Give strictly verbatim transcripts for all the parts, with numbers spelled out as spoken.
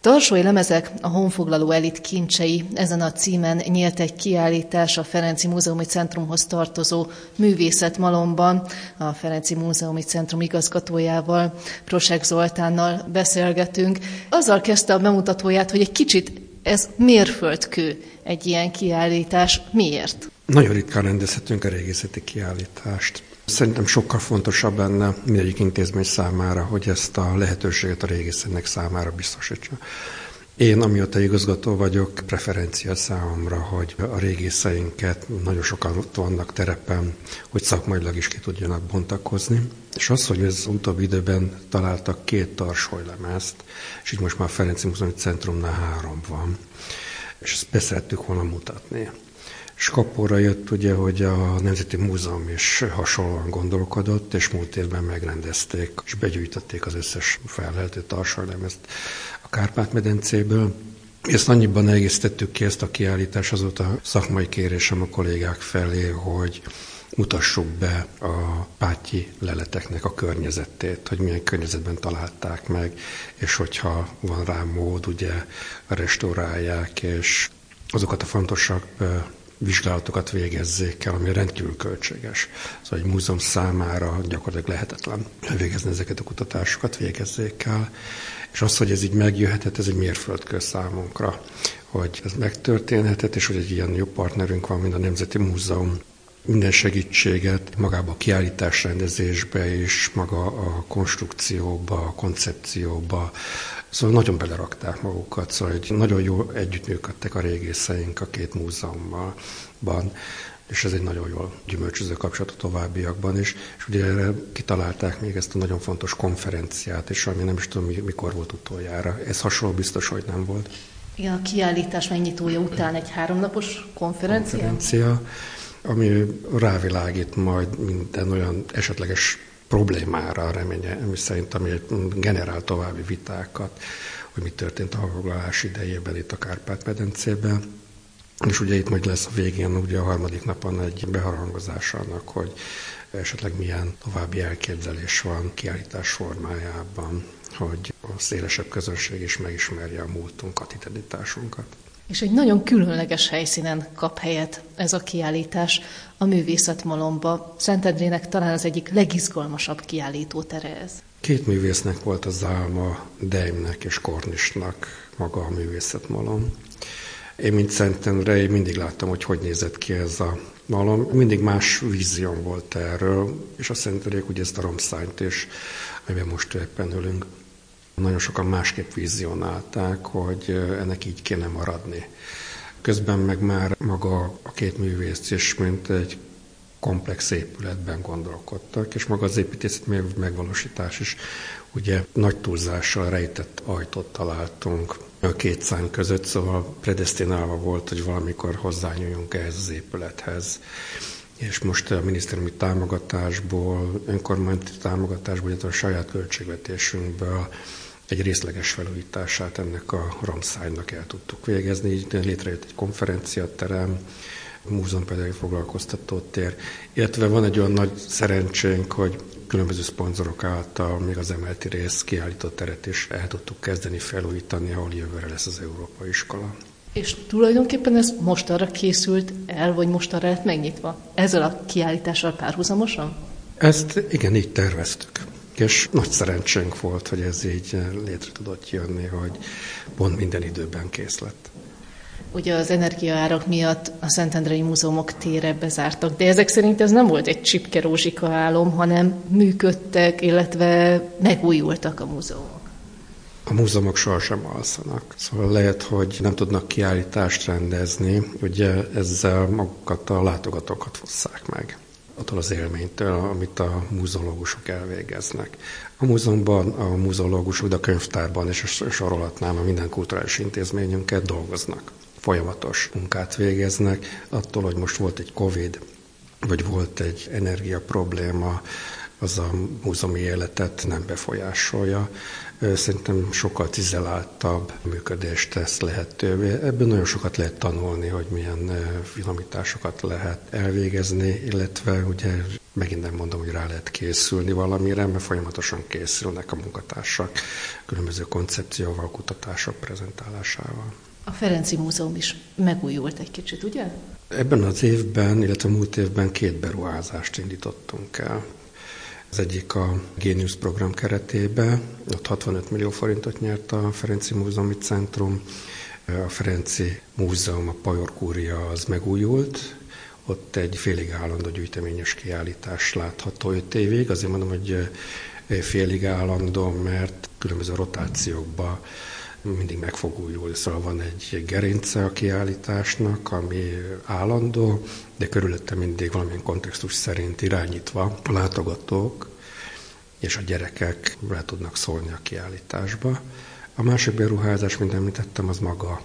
Tarsói lemezek, a honfoglaló elit kincsei. Ezen a címen nyílt egy kiállítás a Ferenczy Múzeumi Centrumhoz tartozó művészetmalomban. A Ferenczy Múzeumi Centrum igazgatójával, Prosek Zoltánnal beszélgetünk. Azzal kezdte a bemutatóját, hogy egy kicsit ez mérföldkő egy ilyen kiállítás. Miért? Nagyon ritkán rendezhetünk a régészeti kiállítást. Szerintem sokkal fontosabb lenne mindegyik intézmény számára, hogy ezt a lehetőséget a régészetnek számára biztosítsa. Én, amióta igazgató vagyok, preferencia számomra, hogy a régészeinket nagyon sokan ott vannak terepen, hogy szakmailag is ki tudjanak bontakozni. És az, hogy az utóbbi időben találtak két tarsólemezt, és így most már a Ferenczy Múzeumi Centrumnál három van, és ezt be szerettük volna mutatni. És kapóra jött ugye, hogy a Nemzeti Múzeum is hasonlóan gondolkodott, és múlt évben megrendezték, és begyűjtötték az összes fellehető tarsólemezt a Kárpát-medencéből. Ezt annyiban egészítettük ki ezt a kiállítást, azóta szakmai kérésem a kollégák felé, hogy mutassuk be a pátyi leleteknek a környezetét, hogy milyen környezetben találták meg, és hogyha van rá mód, ugye restaurálják, és azokat a fontosabb vizsgálatokat végezzék el, ami rendkívül költséges. Szóval egy múzeum számára gyakorlatilag lehetetlen végezni ezeket a kutatásokat, végezzék el. És az, hogy ez így megjöhetett, ez egy mérföldkő számunkra, hogy ez megtörténhetett, és hogy egy ilyen jó partnerünk van, mint a Nemzeti Múzeum, minden segítséget magába a kiállítás rendezésbe és maga a konstrukcióba, a koncepcióba. Szóval nagyon belerakták magukat, szóval hogy nagyon jól együttműködtek a régészeink a két múzeumban, és ez egy nagyon jól gyümölcsöző kapcsolat a továbbiakban is. És ugye erre kitalálták még ezt a nagyon fontos konferenciát, és ami nem is tudom, mikor volt utoljára. Ez hasonló biztos, hogy nem volt. Igen, a kiállítás megnyitója után egy háromnapos konferencia? Konferencia, ami rávilágít majd minden olyan esetleges problémára, reményem szerint, ami generál további vitákat, hogy mi történt a honfoglalás idejében itt a Kárpát-medencében. És ugye itt majd lesz a végén, ugye a harmadik napon egy beharangozás annak, hogy esetleg milyen további elképzelés van kiállítás formájában, hogy a szélesebb közönség is megismerje a múltunkat, identitásunkat. És egy nagyon különleges helyszínen kap helyet ez a kiállítás, a Művészetmalomba. Szentendrének talán az egyik legizgalmasabb kiállítótere ez. Két művésznek volt az álma, Deimnek és Kornisnak maga a Művészetmalom. Én, mint Szentendre, én mindig láttam, hogy hogy nézett ki ez a malom. Mindig más vízióm volt erről, és a Szentendrék ugye ezt a romszányt is, amiben most éppen ülünk, nagyon sokan másképp vizionálták, hogy ennek így kéne maradni. Közben meg már maga a két művész is, mint egy komplex épületben gondolkodtak, és maga az építészet megvalósítás is. Ugye nagy túlzással rejtett ajtót találtunk a két szárny között, szóval predesztinálva volt, hogy valamikor hozzányúljunk ehhez az épülethez. És most a minisztériumi támogatásból, önkormányzati támogatásból, illetve a saját költségvetésünkből egy részleges felújítását ennek a romszárnynak el tudtuk végezni. Így létrejött egy konferenciaterem, múzeumpedagógiai foglalkoztatótér, illetve van egy olyan nagy szerencsénk, hogy különböző szponzorok által még az emeleti rész kiállított teret is el tudtuk kezdeni felújítani, ahol jövőre lesz az Európai Iskola. És tulajdonképpen ez most arra készült el, vagy most arra lett megnyitva? Ezzel a kiállítással párhuzamosan? Ezt igen, így terveztük. És nagy szerencsénk volt, hogy ez így létre tudott jönni, hogy pont minden időben kész lett. Ugye az energiaárak miatt a Szentendrei múzeumok tére bezártak, de ezek szerint ez nem volt egy csipke-rózsika álom, hanem működtek, illetve megújultak a múzeumok. A múzeumok sohasem alszanak. Szóval lehet, hogy nem tudnak kiállítást rendezni, ugye ezzel magukat a látogatókat fosszák meg. Attól az élménytől, amit a múzeológusok elvégeznek. A múzeumban, a múzeológusok, de a könyvtárban és sorolhatnám a minden kulturális intézményünket dolgoznak. Folyamatos munkát végeznek. Attól, hogy most volt egy Covid, vagy volt egy energia probléma, az a múzeumi életet nem befolyásolja. Szerintem sokkal cizeláltabb működést tesz lehetővé. Ebből nagyon sokat lehet tanulni, hogy milyen finomításokat lehet elvégezni, illetve ugye megint nem mondom, hogy rá lehet készülni valamire, mert folyamatosan készülnek a munkatársak különböző koncepcióval, kutatások prezentálásával. A Ferenci Múzeum is megújult egy kicsit, ugye? Ebben az évben, illetve múlt évben két beruházást indítottunk el. Az egyik a Géniusz program keretében, ott hatvanöt millió forintot nyert a Ferenci Múzeumi Centrum. A Ferenci Múzeum, a Pajor Kúria az megújult, ott egy félig állandó gyűjteményes kiállítás látható öt évig. Azért mondom, hogy félig állandó, mert különböző rotációkban mindig meg fog újulni. Szóval van egy gerince a kiállításnak, ami állandó, de körülötte mindig valamilyen kontextus szerint irányítva a látogatók és a gyerekek le tudnak szólni a kiállításba. A másik beruházás, mint említettem, az maga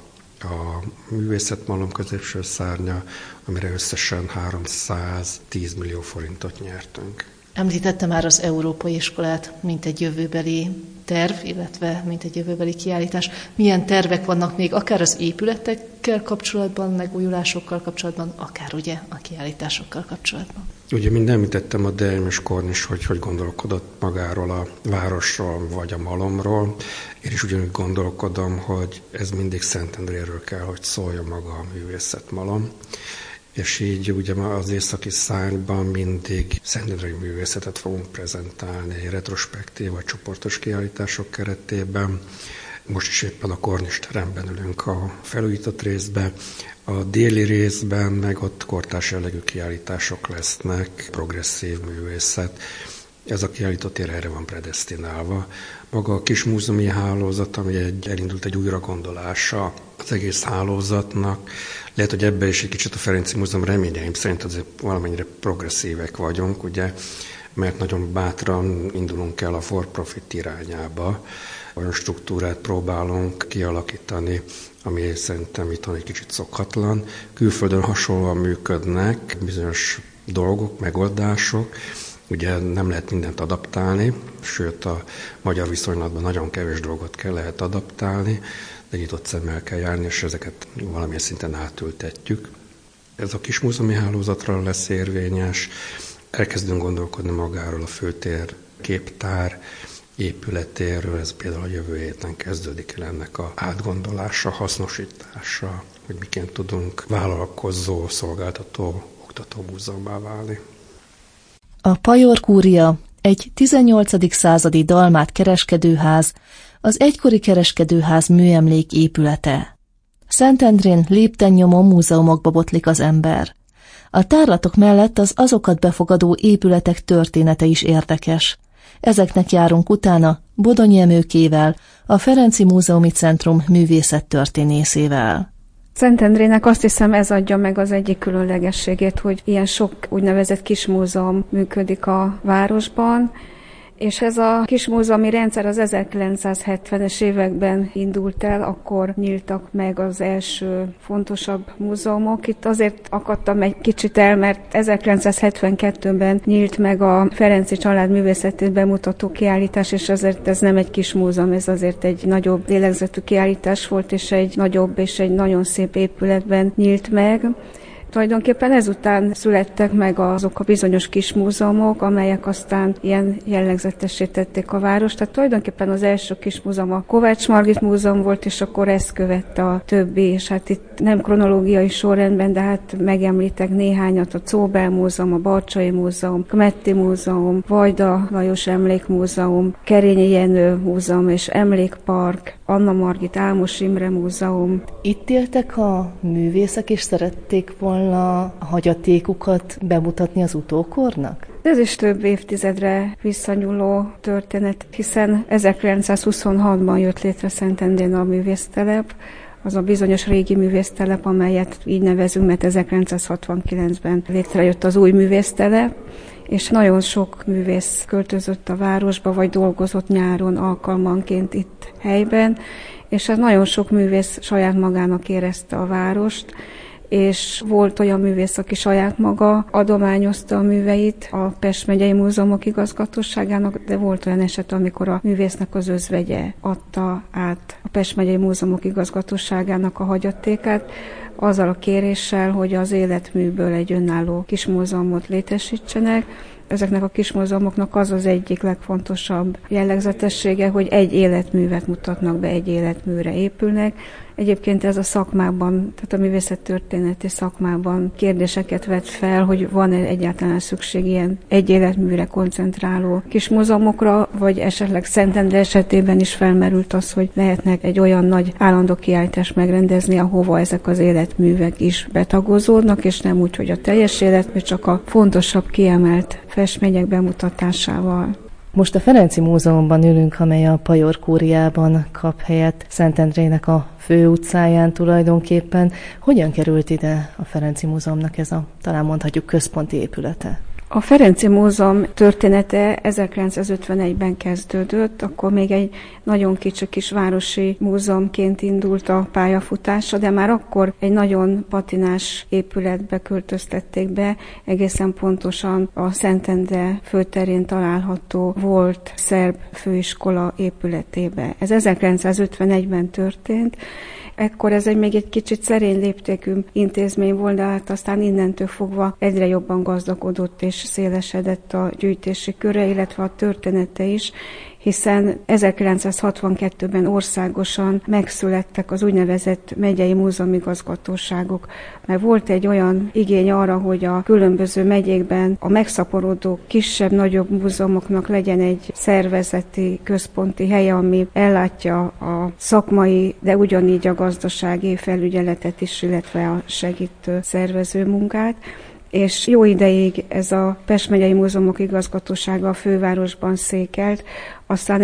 a művészetmalom középső szárnya, amire összesen háromszáztíz millió forintot nyertünk. Említette már az Európai Iskolát, mint egy jövőbeli terv, illetve mint egy jövőbeli kiállítás. Milyen tervek vannak még, akár az épületekkel kapcsolatban, megújulásokkal kapcsolatban, akár ugye a kiállításokkal kapcsolatban? Ugye, mint említettem, a Deim és Kornis, hogy hogy gondolkodott magáról a városról, vagy a malomról. Én is ugyanúgy gondolkodom, hogy ez mindig Szentendréről kell, hogy szólja maga a művészetmalom. És így ugye az északi szárnyban mindig szentendrei művészetet fogunk prezentálni, retrospektív vagy csoportos kiállítások keretében. Most is éppen a Kornis teremben ülünk a felújított részben, a déli részben meg ott kortárs jellegű kiállítások lesznek, progresszív művészet. Ez a kiállított tér erre van predesztinálva. Maga a kis múzeumi hálózat, ami egy, elindult egy újragondolása az egész hálózatnak. Lehet, hogy ebben is egy kicsit a Ferenci Múzeum reményeim szerint azért valamennyire progresszívek vagyunk, ugye, mert nagyon bátran indulunk el a for-profit irányába. Olyan struktúrát próbálunk kialakítani, ami szerintem itt egy kicsit szokatlan. Külföldön hasonlóan működnek bizonyos dolgok, megoldások. Ugye nem lehet mindent adaptálni, sőt a magyar viszonylatban nagyon kevés dolgot kell lehet adaptálni, de nyitott szemmel kell járni, és ezeket valamilyen szinten átültetjük. Ez a kis múzeumi hálózatra lesz érvényes, elkezdünk gondolkodni magáról a főtér, képtár épületéről, ez például a jövő héten kezdődik el ennek a átgondolása, hasznosítása, hogy miként tudunk vállalkozó, szolgáltató, oktató múzeummá válni. A Pajor Kúria egy tizennyolcadik századi dalmát kereskedőház, az egykori kereskedőház műemlék épülete. Szentendrén léptennyomon múzeumokba botlik az ember. A tárlatok mellett az azokat befogadó épületek története is érdekes. Ezeknek járunk utána Bodonyi Emőkével, a Ferenci Múzeumi Centrum művészettörténészével. Szentendrének azt hiszem ez adja meg az egyik különlegességét, hogy ilyen sok úgynevezett kismúzeum működik a városban, és ez a kismúzeumi rendszer az ezerkilencszázhetvenes években indult el, akkor nyíltak meg az első fontosabb múzeumok. Itt azért akadtam egy kicsit el, mert ezerkilencszázhetvenkettőben nyílt meg a Ferenci család művészetét bemutató kiállítás, és azért ez nem egy kis múzeum, ez azért egy nagyobb lélegzetű kiállítás volt, és egy nagyobb és egy nagyon szép épületben nyílt meg. Tulajdonképpen ezután születtek meg azok a bizonyos kis múzeumok, amelyek aztán ilyen jellegzetessé tették a várost. Tehát tulajdonképpen az első kis múzeum a Kovács Margit Múzeum volt, és akkor ezt követte a többi, és hát itt nem kronológiai sorrendben, de hát megemlítek néhányat, a Czóbel Múzeum, a Barcsay Múzeum, Kmetti Múzeum, Vajda Lajos Emlékmúzeum, Kerényi Jenő Múzeum és Emlékpark, Anna Margit Álmos Imre Múzeum. Itt éltek a művészek, és szerették volna a hagyatékukat bemutatni az utókornak? Ez is több évtizedre visszanyúló történet, hiszen ezerkilencszázhuszonhatban jött létre Szentendrén a művésztelep, az a bizonyos régi művésztelep, amelyet így nevezünk, mert ezerkilencszázhatvankilencben létrejött az új művésztelep, és nagyon sok művész költözött a városba, vagy dolgozott nyáron alkalmanként itt helyben, és hát nagyon sok művész saját magának érezte a várost, és volt olyan művész, aki saját maga adományozta a műveit a Pest megyei múzeumok igazgatóságának, de volt olyan eset, amikor a művésznek az özvegye adta át a Pest megyei múzeumok igazgatóságának a hagyatékát. azzal a kéréssel, hogy az életműből egy önálló kismúzeumot létesítsenek. Ezeknek a kismúzeumoknak az az egyik legfontosabb jellegzetessége, hogy egy életművet mutatnak be, egy életműre épülnek. Egyébként ez a szakmában, tehát a művészettörténeti szakmában kérdéseket vet fel, hogy van-e egyáltalán szükség ilyen egy életműre koncentráló kismúzeumokra, vagy esetleg Szentendre esetében is felmerült az, hogy lehetnek egy olyan nagy állandó kiállítást megrendezni, ahova ezek az életművek is betagozódnak, és nem úgy, hogy a teljes életmű, csak a fontosabb kiemelt festmények bemutatásával. Most a Ferenci Múzeumban ülünk, amely a Pajor kúriában kap helyet, Szentendrének a főutcáján tulajdonképpen. Hogyan került ide a Ferenci Múzeumnak ez a, talán mondhatjuk, központi épülete? A Ferenci Múzeum története ezerkilencszázötvenegyben kezdődött, akkor még egy nagyon kicsi kis városi múzeumként indult a pályafutása, de már akkor egy nagyon patinás épületbe költöztették be, egészen pontosan a Szentendre főterén található volt szerb főiskola épületébe. Ez ezerkilencszázötvenegyben történt. Ekkor ez egy még egy kicsit szerény léptékű intézmény volt, de hát aztán innentől fogva egyre jobban gazdagodott és szélesedett a gyűjtési köre, illetve a története is, hiszen ezerkilencszázhatvankettőben országosan megszülettek az úgynevezett megyei múzeumigazgatóságok, mert volt egy olyan igény arra, hogy a különböző megyékben a megszaporodó kisebb-nagyobb múzeumoknak legyen egy szervezeti, központi helye, ami ellátja a szakmai, de ugyanígy a gazdasági felügyeletet is, illetve a segítő szervező munkát. És jó ideig ez a Pest megyei múzeumok igazgatósága a fővárosban székelt, aztán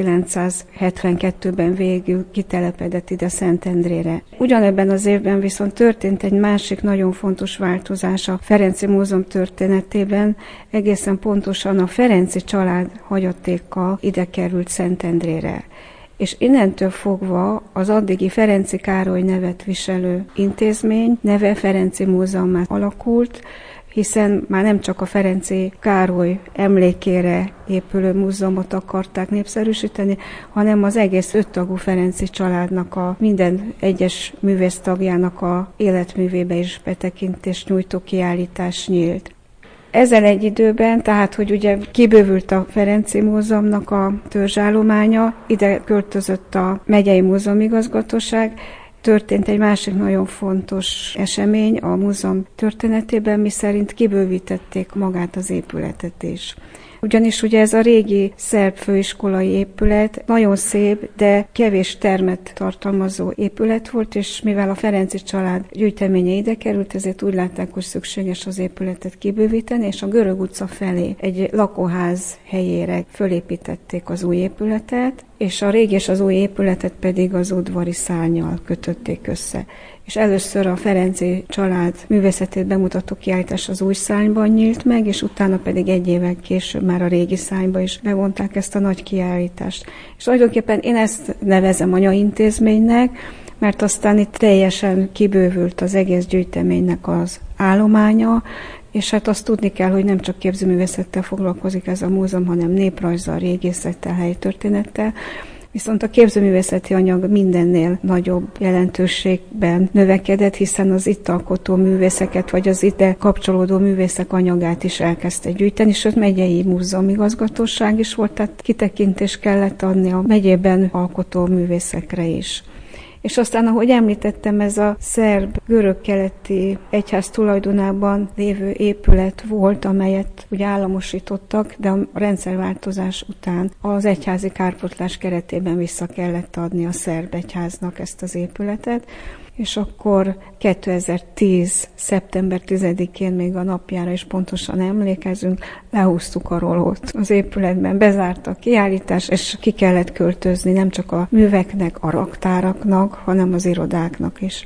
ezerkilencszázhetvenkettőben végül kitelepedett ide Szentendrére. Ugyanebben az évben viszont történt egy másik nagyon fontos változás a Ferenci Múzeum történetében, egészen pontosan a Ferenci család hagyatéka ide került Szentendrére. És innentől fogva az addigi Ferenci Károly nevet viselő intézmény neve Ferenci Múzeummá alakult, hiszen már nem csak a Ferenci Károly emlékére épülő múzeumot akarták népszerűsíteni, hanem az egész öttagú Ferenci családnak a minden egyes művésztagjának a életművébe is betekintést nyújtó kiállítás nyílt. Ezzel egy időben, tehát, hogy ugye kibővült a Ferenci Múzeumnak a törzsállománya, ide költözött a megyei múzeumigazgatóság, történt egy másik nagyon fontos esemény a múzeum történetében, miszerint kibővítették magát az épületet is. Ugyanis ugye ez a régi szerb főiskolai épület nagyon szép, de kevés termet tartalmazó épület volt, és mivel a Ferenci család gyűjteménye ide került, ezért úgy látták, hogy szükséges az épületet kibővíteni, és a Görög utca felé egy lakóház helyére fölépítették az új épületet, és a régi és az új épületet pedig az udvari szárnnyal kötötték össze. És először a Ferenci család művészetét bemutató kiállítás az új szárnyban nyílt meg, és utána pedig egy évvel később már a régi szárnyba is bevonták ezt a nagy kiállítást. És tulajdonképpen én ezt nevezem anyaintézménynek, mert aztán itt teljesen kibővült az egész gyűjteménynek az állománya, és hát azt tudni kell, hogy nem csak képzőművészettel foglalkozik ez a múzeum, hanem néprajzzal, régészettel, helytörténettel. Viszont a képzőművészeti anyag mindennél nagyobb jelentőségben növekedett, hiszen az itt alkotó művészeket, vagy az ide kapcsolódó művészek anyagát is elkezdte gyűjteni, sőt megyei múzeumigazgatóság is volt, tehát kitekintést kellett adni a megyében alkotó művészekre is. És aztán, ahogy említettem, ez a szerb görög-keleti egyház tulajdonában lévő épület volt, amelyet ugye államosítottak, de a rendszerváltozás után az egyházi kárpótlás keretében vissza kellett adni a szerb egyháznak ezt az épületet, és akkor kétezer-tíz. szeptember tizedikén még a napjára is pontosan emlékezünk, lehúztuk a rolót az épületben, bezárt a kiállítás, és ki kellett költözni nem csak a műveknek, a raktáraknak, hanem az irodáknak is.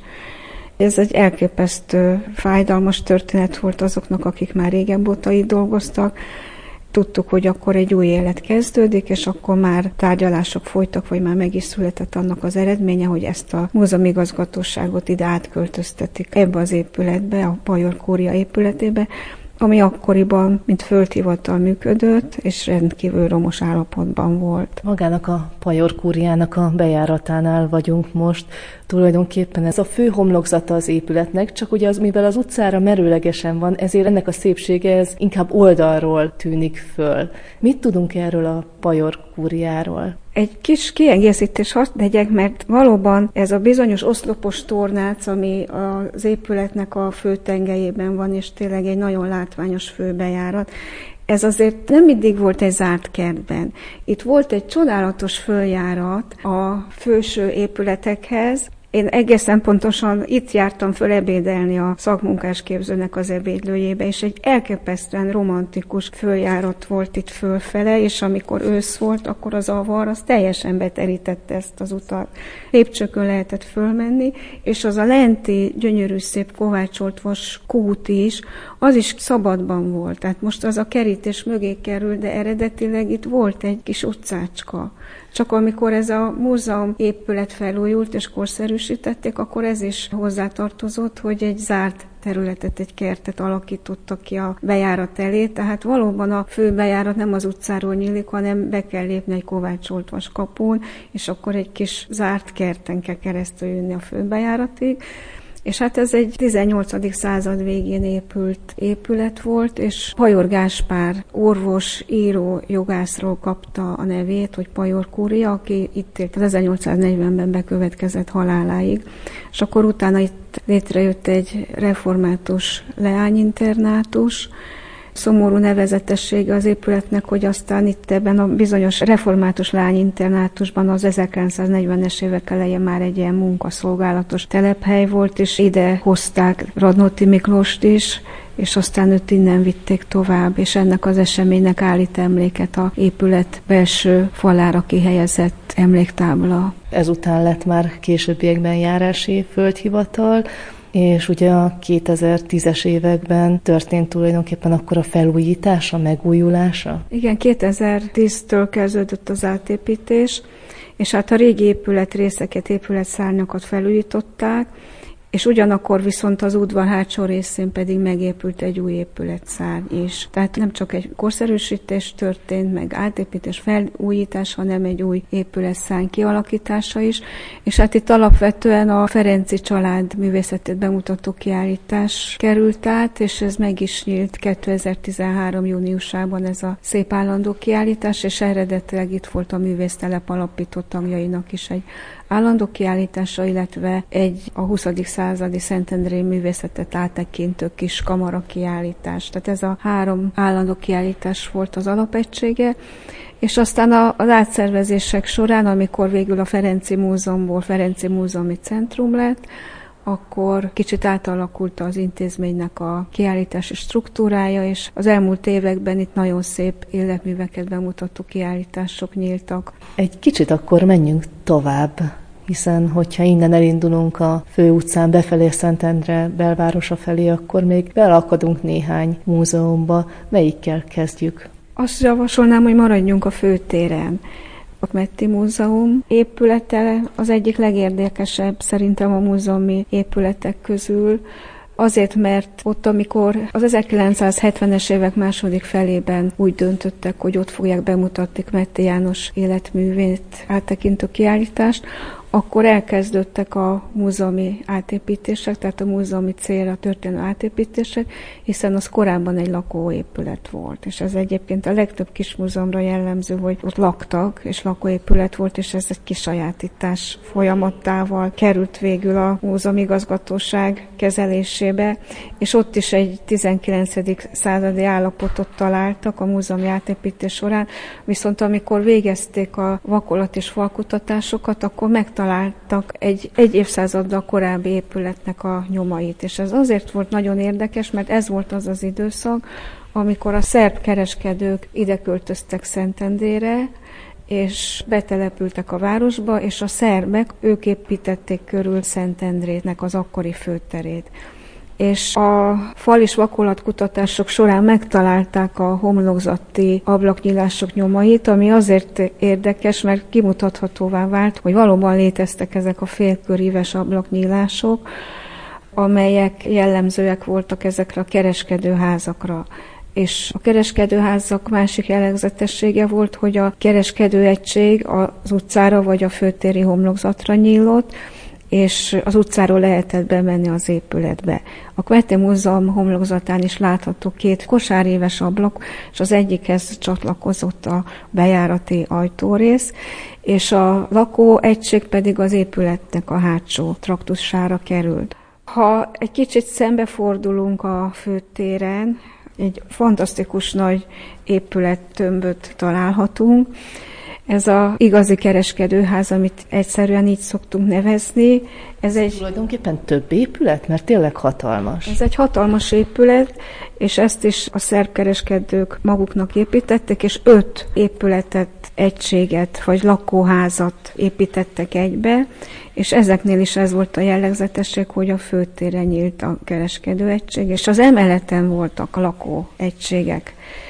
Ez egy elképesztő fájdalmas történet volt azoknak, akik már régebb óta itt dolgoztak. Tudtuk, hogy akkor egy új élet kezdődik, és akkor már tárgyalások folytak, vagy már meg is született annak az eredménye, hogy ezt a múzeumigazgatóságot ide átköltöztetik ebbe az épületbe, a Pajor kúria épületébe, ami akkoriban, mint földhivatal működött, és rendkívül romos állapotban volt. Magának a Pajor kúriának a bejáratánál vagyunk most. Tulajdonképpen ez a fő homlokzata az épületnek, csak ugye az, mivel az utcára merőlegesen van, ezért ennek a szépsége ez inkább oldalról tűnik föl. Mit tudunk erről a Pajor kúriáról? Egy kis kiegészítés hadd tegyek, mert valóban ez a bizonyos oszlopos tornác, ami az épületnek a főtengelyében van, és tényleg egy nagyon látványos főbejárat, ez azért nem mindig volt egy zárt kertben. Itt volt egy csodálatos följárat a felső épületekhez. Én egészen pontosan itt jártam föl ebédelni a szakmunkásképzőnek az ebédlőjébe, és egy elképesztően romantikus följárat volt itt fölfele, és amikor ősz volt, akkor az avar az teljesen beterítette ezt az utat. Lépcsőkön lehetett fölmenni, és az a lenti, gyönyörű szép kovácsolt vas kút is, az is szabadban volt. Tehát most az a kerítés mögé került, de eredetileg itt volt egy kis utcácska. Csak amikor ez a múzeum épület felújult és korszerűsítették, akkor ez is hozzátartozott, hogy egy zárt területet, egy kertet alakítottak ki a bejárat elé, tehát valóban a fő bejárat nem az utcáról nyílik, hanem be kell lépni egy kovácsolt vas kapun, és akkor egy kis zárt kerten kell keresztül jönni a főbejáratig. És hát ez egy tizennyolcadik század végén épült épület volt, és Pajor Gáspár orvos, író, jogászról kapta a nevét, hogy Pajor kúria, aki itt élt az ezernyolcszáznegyvenben bekövetkezett haláláig. És akkor utána itt létrejött egy református leányinternátus. Szomorú nevezetessége az épületnek, hogy aztán itt ebben a bizonyos református leányinternátusban az ezerkilencszáznegyvenes évek elején már egy ilyen munkaszolgálatos telephely volt, és ide hozták Radnóti Miklóst is, és aztán őt innen vitték tovább, és ennek az eseménynek állít emléket a épület belső falára kihelyezett emléktábla. Ezután lett már későbbiekben járási földhivatal, és ugye a kétezer-tízes években történt tulajdonképpen akkor a felújítása, megújulása? Igen, kétezer-tíztől kezdődött az átépítés, és hát a régi épület részeket, épületszárnyakat felújították, és ugyanakkor viszont az udvar hátsó részén pedig megépült egy új épületszárny is. Tehát nem csak egy korszerűsítés történt, meg átépítés, felújítás, hanem egy új épületszárny kialakítása is. És hát itt alapvetően a Ferenczy család művészetét bemutató kiállítás került át, és ez meg is nyílt kétezer-tizenhárom júniusában ez a szép állandó kiállítás, és eredetileg itt volt a művésztelep alapító tagjainak is egy állandó kiállítása, illetve egy a huszadik századi szentendrei művészetet áttekintő kis kamara kiállítás. Tehát ez a három állandó kiállítás volt az alapegysége, és aztán az átszervezések során, amikor végül a Ferenczy Múzeumból Ferenczy Múzeumi Centrum lett, akkor kicsit átalakult az intézménynek a kiállítási struktúrája, és az elmúlt években itt nagyon szép életműveket bemutató kiállítások nyíltak. Egy kicsit akkor menjünk tovább, hiszen hogyha innen elindulunk a főutcán befelé Szentendre belvárosa felé, akkor még belakadunk néhány múzeumba. Melyikkel kezdjük? Azt javasolnám, hogy maradjunk a főtéren. A Metti Múzeum épülete az egyik legérdekesebb szerintem a múzeumi épületek közül, azért, mert ott, amikor az ezerkilencszázhetvenes évek második felében úgy döntöttek, hogy ott fogják bemutatni Metti János életművét áttekintő kiállítást, akkor elkezdődtek a múzeumi átépítések, tehát a múzeumi célra történő átépítések, hiszen az korábban egy lakóépület volt. És ez egyébként a legtöbb kis múzeumra jellemző, hogy ott laktak, és lakóépület volt, és ez egy kisajátítás folyamattával került végül a múzeumigazgatóság kezelésébe, és ott is egy tizenkilencedik századi állapotot találtak a múzeumi átépítés során, viszont amikor végezték a vakolat és falkutatásokat, akkor megtalálták egy, egy évszázaddal korábbi épületnek a nyomait. És ez azért volt nagyon érdekes, mert ez volt az az időszak, amikor a szerb kereskedők ide költöztek Szentendrére, és betelepültek a városba, és a szerbek, ők építették körül Szentendrének az akkori főterét. És a fal- és vakolatkutatások során megtalálták a homlokzati ablaknyílások nyomait, ami azért érdekes, mert kimutathatóvá vált, hogy valóban léteztek ezek a félköríves ablaknyílások. amelyek jellemzőek voltak ezekre a kereskedőházakra. És a kereskedőházak másik jellegzetessége volt, hogy a kereskedőegység az utcára vagy a főtéri homlokzatra nyílott, és az utcáról lehetett bemenni az épületbe. A Kvete Múzeum homlokzatán is látható két kosáréves ablak, és az egyikhez csatlakozott a bejárati ajtórész, és a lakóegység pedig az épületnek a hátsó traktusára került. Ha egy kicsit szembefordulunk a főtéren, egy fantasztikus nagy épülettömböt találhatunk. Ez az igazi kereskedőház, amit egyszerűen így szoktunk nevezni. Ez egy tulajdonképpen több épület, mert tényleg hatalmas. Ez egy hatalmas épület, és ezt is a szerb kereskedők maguknak építettek, és öt épületet, egységet vagy lakóházat építettek egybe, és ezeknél is ez volt a jellegzetesség, hogy a főtéren nyílt a kereskedőegység, és az emeleten voltak a lakóegységek.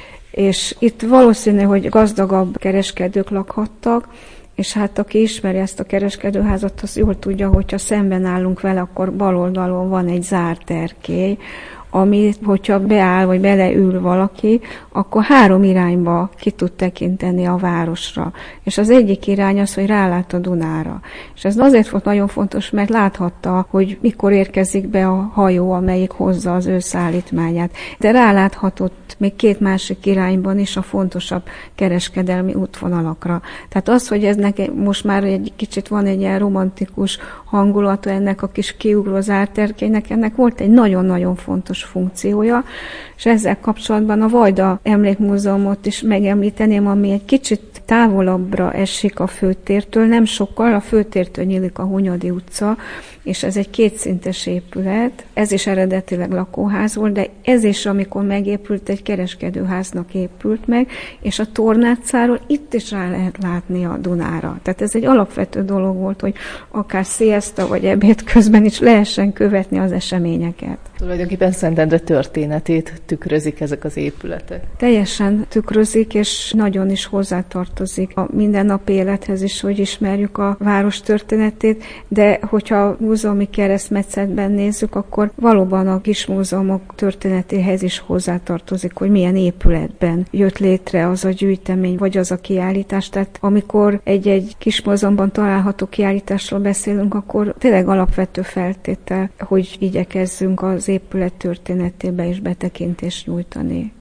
És itt valószínű, hogy gazdagabb kereskedők lakhattak, és hát aki ismeri ezt a kereskedőházat, az jól tudja, hogyha szemben állunk vele, akkor bal oldalon van egy zárt erkély, ami, hogyha beáll, vagy beleül valaki, akkor három irányba ki tud tekinteni a városra. És az egyik irány az, hogy rálát a Dunára. És ez azért volt nagyon fontos, mert láthatta, hogy mikor érkezik be a hajó, amelyik hozza az ő szállítmányát. De ráláthatott még két másik irányban is a fontosabb kereskedelmi útvonalakra. Tehát az, hogy eznek most már egy kicsit van egy ilyen romantikus hangulata ennek a kis kiugró zárt erkélynek, ennek volt egy nagyon-nagyon fontos funkciója, és ezzel kapcsolatban a Vajda Emlékmúzeumot is megemlíteném, ami egy kicsit távolabbra esik a főtértől, nem sokkal, a főtértől nyílik a Hunyadi utca, és ez egy kétszintes épület, ez is eredetileg lakóház volt, de ez is, amikor megépült, egy kereskedőháznak épült meg, és a Tornácáról itt is rá lehet látni a Dunára. Tehát ez egy alapvető dolog volt, hogy akár sziaszta vagy ebéd közben is lehessen követni az eseményeket. Tulajdonképpen Szentendre történetét tükrözik ezek az épületek. Teljesen tükrözik, és nagyon is hozzátartozik a mindennapi élethez is, hogy ismerjük a város történetét, de hogyha múzeumi keresztmetszetben nézzük, akkor valóban a kis múzeumok történetéhez is hozzátartozik, hogy milyen épületben jött létre az a gyűjtemény, vagy az a kiállítás. Tehát amikor egy-egy kis múzeumban található kiállításról beszélünk, akkor tényleg alapvető feltétel, hogy igyekezzünk az épület történetébe is betekintést nyújtani.